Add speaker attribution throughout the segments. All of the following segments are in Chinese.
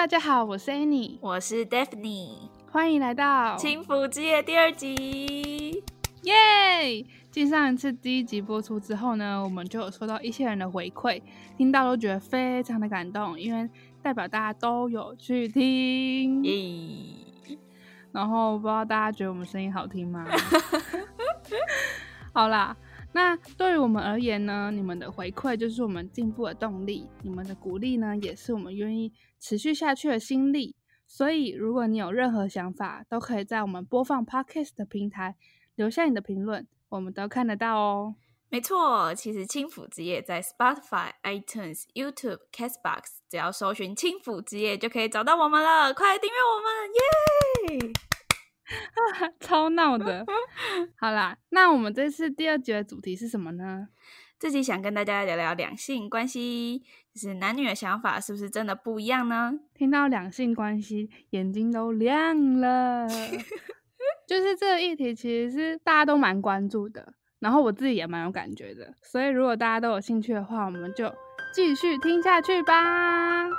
Speaker 1: 家好，我是 Annie，
Speaker 2: 我是 Daphne，
Speaker 1: 欢迎来到
Speaker 2: 轻抚之夜第2集，
Speaker 1: 耶！继上一次第1集播出之后呢，我们就有收到一些人的回馈，听到都觉得非常的感动，因为代表大家都有去听
Speaker 2: 耶！
Speaker 1: 然后不知道大家觉得我们声音好听吗？好啦，那对于我们而言呢，你们的回馈就是我们进步的动力，你们的鼓励呢，也是我们愿意持续下去的心力。所以如果你有任何想法，都可以在我们播放 Podcast 的平台留下你的评论，我们都看得到哦。
Speaker 2: 没错，其实轻抚之夜在 Spotify、iTunes、YouTube、Castbox 只要搜寻轻抚之夜就可以找到我们了，快来订阅我们耶！
Speaker 1: 超闹的。好啦，那我们这次第2集的主题是什么呢？
Speaker 2: 这集想跟大家聊聊两性关系，就是男女的想法是不是真的不一样呢？
Speaker 1: 听到两性关系，眼睛都亮了。就是这个议题其实是大家都蛮关注的，然后我自己也蛮有感觉的，所以如果大家都有兴趣的话，我们就继续听下去吧。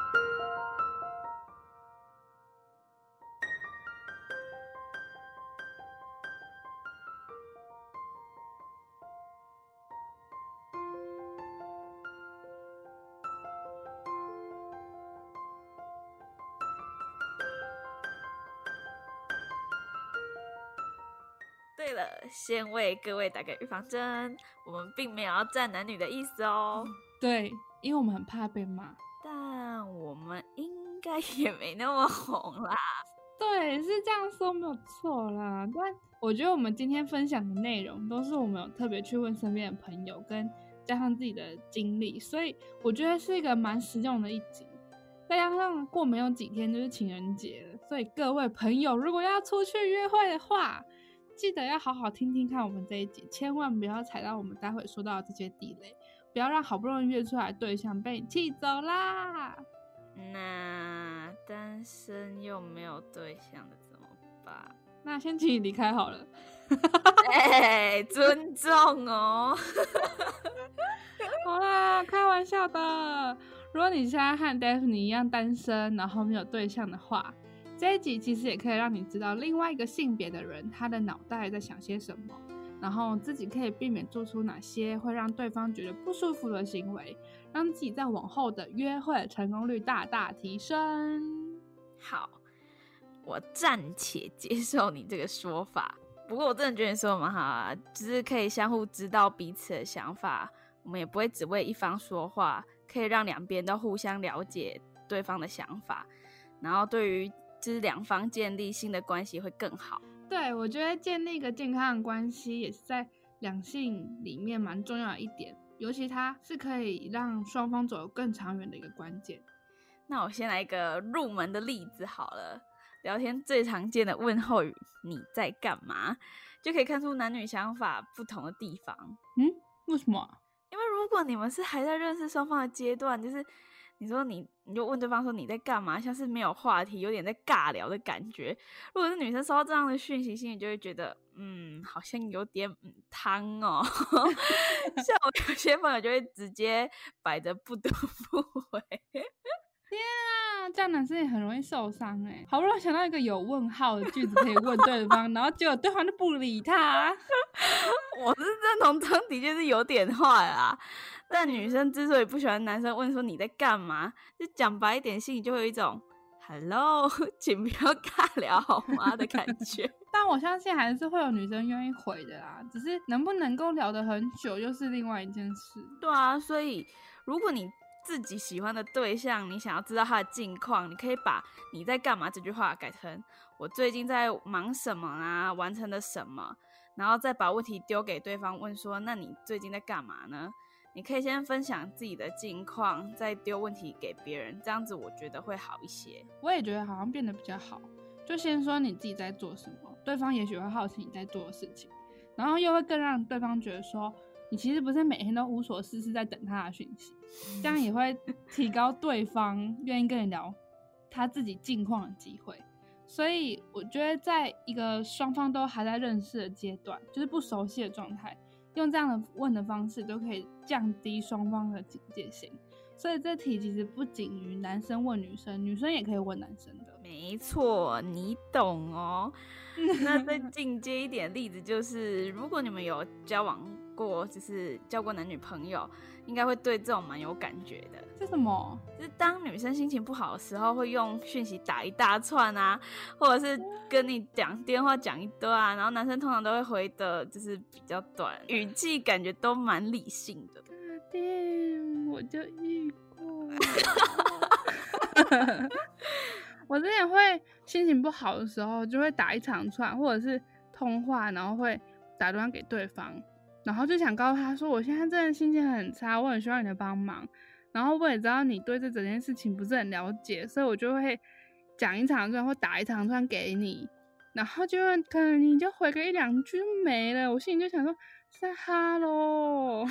Speaker 2: 对了，先为各位打个预防针，我们并没有要站男女的意思哦。
Speaker 1: 对，因为我们很怕被骂，
Speaker 2: 但我们应该也没那么红啦。
Speaker 1: 对，是这样说没有错啦。但我觉得我们今天分享的内容都是我们有特别去问身边的朋友，跟加上自己的经历，所以我觉得是一个蛮实用的一集。再加上过没有几天就是情人节了，所以各位朋友如果要出去约会的话，记得要好好听听看我们这一集，千万不要踩到我们待会说到的这些地雷，不要让好不容易约出来的对象被你气走啦。
Speaker 2: 那单身又没有对象的怎么办？
Speaker 1: 那先请你离开好了。
Speaker 2: 尊重哦。
Speaker 1: 好啦，开玩笑的。如果你现在和 Daphne 一样单身，然后没有对象的话，这一集其实也可以让你知道另外一个性别的人他的脑袋在想些什么，然后自己可以避免做出哪些会让对方觉得不舒服的行为，让自己在往后的约会成功率大大提升。
Speaker 2: 好，我暂且接受你这个说法，不过我真的觉得你说得蛮好啊，就是可以相互知道彼此的想法，我们也不会只为一方说话，可以让两边都互相了解对方的想法，然后对于就是两方建立新的关系会更好。
Speaker 1: 对，我觉得建立一个健康的关系也是在两性里面蛮重要的一点，尤其它是可以让双方走更长远的一个关键。
Speaker 2: 那我先来一个入门的例子好了，聊天最常见的问候语你在干嘛，就可以看出男女想法不同的地方。
Speaker 1: 为什么？
Speaker 2: 因为如果你们是还在认识双方的阶段，就是你说你就问对方说你在干嘛，像是没有话题，有点在尬聊的感觉。如果是女生收到这样的讯息，心里就会觉得好像有点汤哦。像我有些朋友就会直接摆着不读不回。
Speaker 1: 天啊，这样男生也很容易受伤欸。好不容易想到一个有问号的句子可以问对方，然后结果对方就不理他。
Speaker 2: 我是认同，这的确是有点坏啦。但女生之所以不喜欢男生问说你在干嘛，就讲白一点，心里就会有一种 “hello， 请不要尬聊好吗”的感觉。
Speaker 1: 但我相信还是会有女生愿意回的啦，只是能不能够聊得很久又是另外一件事。
Speaker 2: 对啊，所以如果你自己喜欢的对象，你想要知道他的近况，你可以把你在干嘛这句话改成我最近在忙什么啊，完成了什么，然后再把问题丢给对方，问说那你最近在干嘛呢？你可以先分享自己的近况，再丢问题给别人，这样子我觉得会好一些。
Speaker 1: 我也觉得好像变得比较好，就先说你自己在做什么，对方也许会好奇你在做的事情，然后又会更让对方觉得说你其实不是每天都无所事事在等他的讯息，这样也会提高对方愿意跟你聊他自己近况的机会。所以我觉得在一个双方都还在认识的阶段，就是不熟悉的状态，用这样的问的方式都可以降低双方的警戒心。 所以这题其实不仅于男生问女生，女生也可以问男生的。
Speaker 2: 没错，你懂哦。那再进阶一点例子就是，如果你们有交往过，就是交过男女朋友，应该会对这种蛮有感觉的。
Speaker 1: 是什么？
Speaker 2: 就是当女生心情不好的时候，会用讯息打一大串啊，或者是跟你讲电话讲一堆啊，然后男生通常都会回的就是比较短，语气感觉都蛮理性的。
Speaker 1: 对，我就遇过。我之前会心情不好的时候，就会打一长串，或者是通话，然后会打电话给对方，然后就想告诉他说，我现在真的心情很差，我很需要你的帮忙。然后我也知道你对这整件事情不是很了解，所以我就会讲一长串或打一长串给你，然后就可能你就回个一两句就没了。我心里就想说，是哈喽。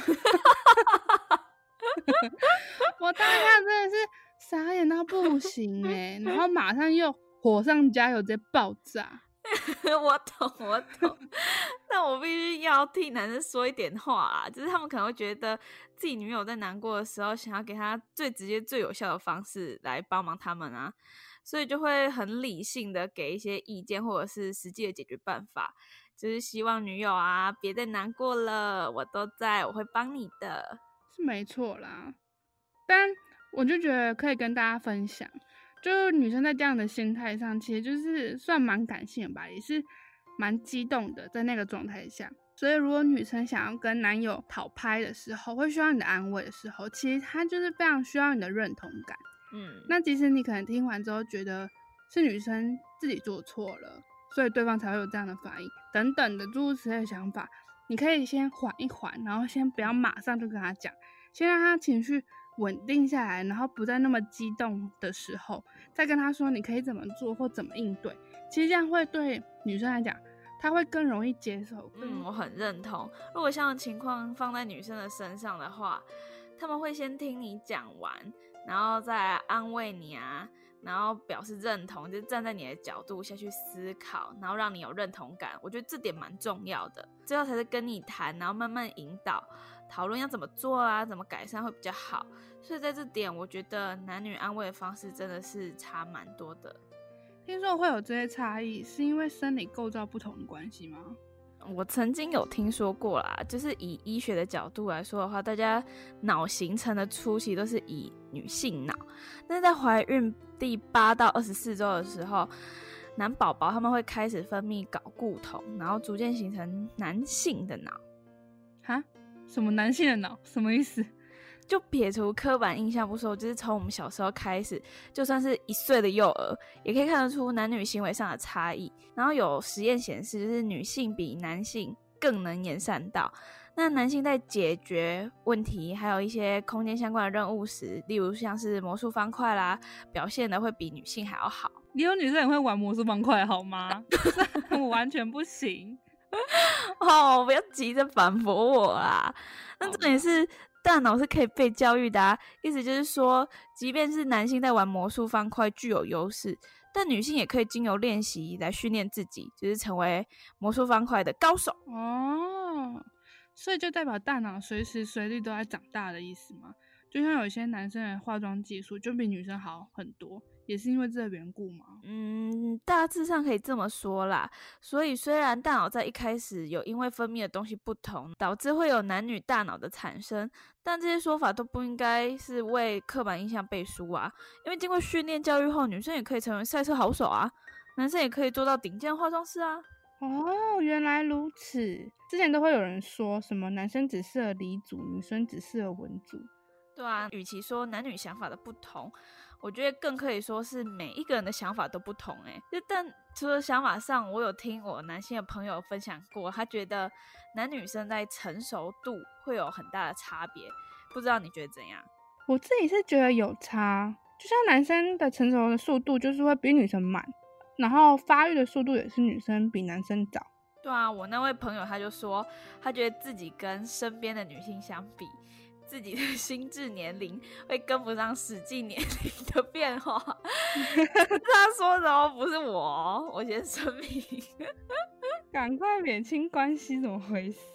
Speaker 1: 我当下真的是傻眼到不行欸，然后马上又火上加油，直接爆炸。
Speaker 2: 我懂，但我必须要替男生说一点话啊，就是他们可能会觉得自己女友在难过的时候，想要给他最直接、最有效的方式来帮忙他们啊，所以就会很理性的给一些意见或者是实际的解决办法，就是希望女友啊别再难过了，我都在，我会帮你的。
Speaker 1: 是没错啦，但我就觉得可以跟大家分享，就女生在这样的心态上，其实就是算蛮感性的吧，也是蛮激动的，在那个状态下。所以如果女生想要跟男友讨拍的时候，会需要你的安慰的时候，其实她就是非常需要你的认同感。那即使你可能听完之后觉得是女生自己做错了，所以对方才会有这样的反应等等的诸如此类的想法，你可以先缓一缓，然后先不要马上就跟他讲，先让他情绪稳定下来，然后不再那么激动的时候，再跟他说你可以怎么做或怎么应对。其实这样会对女生来讲，她会更容易接受。
Speaker 2: 我很认同。如果这样的情况放在女生的身上的话，他们会先听你讲完，然后再来安慰你啊，然后表示认同，就是站在你的角度下去思考，然后让你有认同感。我觉得这点蛮重要的。最后才是跟你谈，然后慢慢引导讨论要怎么做啊，怎么改善会比较好。所以在这点，我觉得男女安慰的方式真的是差蛮多的。
Speaker 1: 听说会有这些差异，是因为生理构造不同的关系吗？
Speaker 2: 我曾经有听说过啦，就是以医学的角度来说的话，大家脑形成的初期都是以女性脑，但是在怀孕第8到24周的时候，男宝宝他们会开始分泌睾固酮，然后逐渐形成男性的脑。
Speaker 1: 哈？什么男性的脑？什么意思？
Speaker 2: 就撇除刻板印象不说，就是从我们小时候开始，就算是1岁的幼儿，也可以看得出男女行为上的差异。然后有实验显示，就是女性比男性更能言善道。那男性在解决问题，还有一些空间相关的任务时，例如像是魔术方块啦，表现的会比女性还要好。
Speaker 1: 也有女生也会玩魔术方块，好吗？我完全不行。
Speaker 2: 哦，不要急着反驳我啦。那重点是大脑是可以被教育的啊，意思就是说，即便是男性在玩魔术方块具有优势，但女性也可以经由练习来训练自己，就是成为魔术方块的高手。
Speaker 1: 哦，所以就代表大脑随时随地都在长大的意思吗？就像有一些男生的化妆技术就比女生好很多，也是因为这个缘故吗？
Speaker 2: 大致上可以这么说啦。所以虽然大脑在一开始有因为分泌的东西不同，导致会有男女大脑的产生，但这些说法都不应该是为刻板印象背书啊。因为经过训练教育后，女生也可以成为赛车好手啊，男生也可以做到顶尖化妆师啊。
Speaker 1: 哦，原来如此。之前都会有人说什么男生只适合理组，女生只适合文组。
Speaker 2: 对啊，与其说男女想法的不同，我觉得更可以说是每一个人的想法都不同但除了想法上，我有听我男性的朋友分享过，他觉得男女生在成熟度会有很大的差别，不知道你觉得怎样？
Speaker 1: 我自己是觉得有差，就像男生的成熟的速度就是会比女生慢，然后发育的速度也是女生比男生早。
Speaker 2: 对啊，我那位朋友他就说，他觉得自己跟身边的女性相比，自己的心智年龄会跟不上实际年龄的变化。他说的哦，不是我哦，我先声明。
Speaker 1: 赶快撇清关系，怎么回事？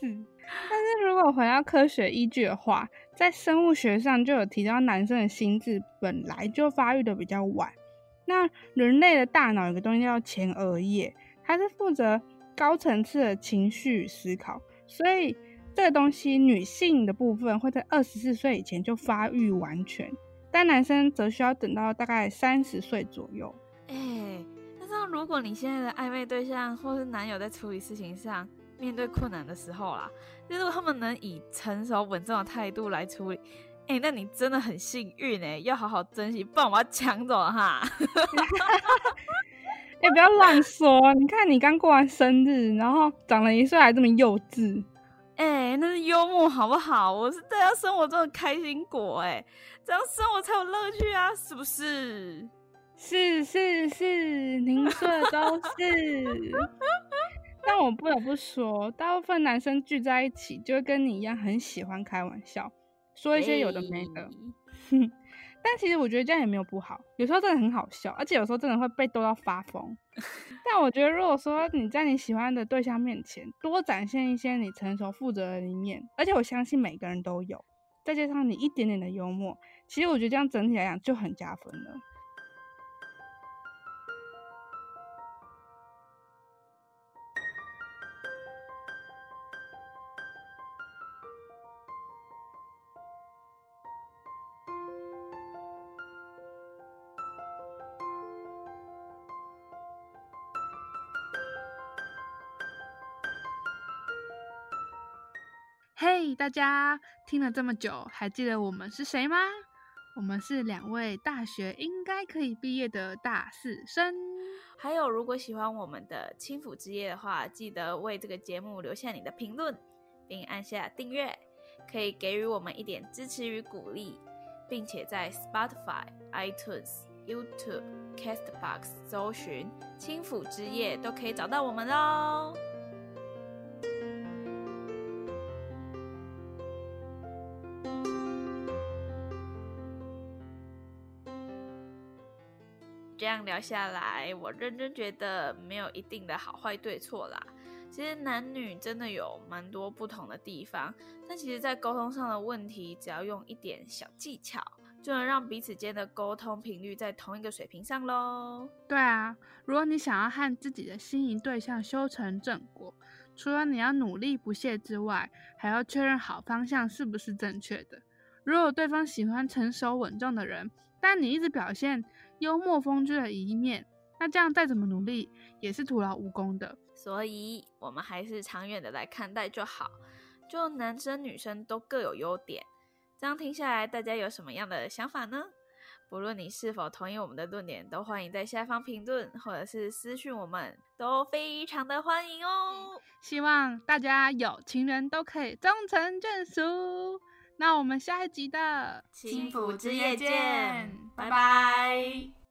Speaker 1: 但是如果回到科学依据的话，在生物学上就有提到男生的心智本来就发育的比较晚。那人类的大脑有个东西叫前额叶，它是负责高层次的情绪思考，所以这个东西女性的部分会在24岁以前就发育完全，但男生则需要等到大概30岁左右。
Speaker 2: 但是如果你现在的暧昧对象或是男友在处理事情上面对困难的时候啦，如果他们能以成熟稳重的态度来处理，那你真的很幸运要好好珍惜，不然我要抢走了哈。
Speaker 1: 不要乱说，你看你刚过完生日，然后长了1岁还这么幼稚。
Speaker 2: 那是幽默好不好？我是大家生活中的开心果这样生活才有乐趣啊，是不是？
Speaker 1: 是，您说的都是。但我不得不说，大部分男生聚在一起就会跟你一样很喜欢开玩笑，说一些有的没的。但其实我觉得这样也没有不好，有时候真的很好笑，而且有时候真的会被逗到发疯。但我觉得如果说你在你喜欢的对象面前多展现一些你成熟负责的一面，而且我相信每个人都有，再加上你一点点的幽默，其实我觉得这样整体来讲就很加分了。嘿，大家听了这么久，还记得我们是谁吗？我们是2位大学应该可以毕业的大4生。
Speaker 2: 还有，如果喜欢我们的轻抚之夜的话，记得为这个节目留下你的评论，并按下订阅，可以给予我们一点支持与鼓励，并且在 Spotify、iTunes、YouTube、Castbox 搜寻轻抚之夜都可以找到我们咯。这样聊下来，我认真觉得没有一定的好坏对错啦。其实男女真的有蛮多不同的地方，但其实在沟通上的问题，只要用一点小技巧，就能让彼此间的沟通频率在同一个水平上咯。
Speaker 1: 对啊，如果你想要和自己的心仪对象修成正果，除了你要努力不懈之外，还要确认好方向是不是正确的。如果对方喜欢成熟稳重的人，但你一直表现幽默风趣的一面，那这样再怎么努力也是徒劳无功的。
Speaker 2: 所以我们还是长远的来看待就好，就男生女生都各有优点。这样听下来，大家有什么样的想法呢？不论你是否同意我们的论点，都欢迎在下方评论或者是私讯我们，都非常的欢迎哦。
Speaker 1: 希望大家有情人都可以终成眷属。那我们下一集的
Speaker 2: 轻抚之夜见，拜拜。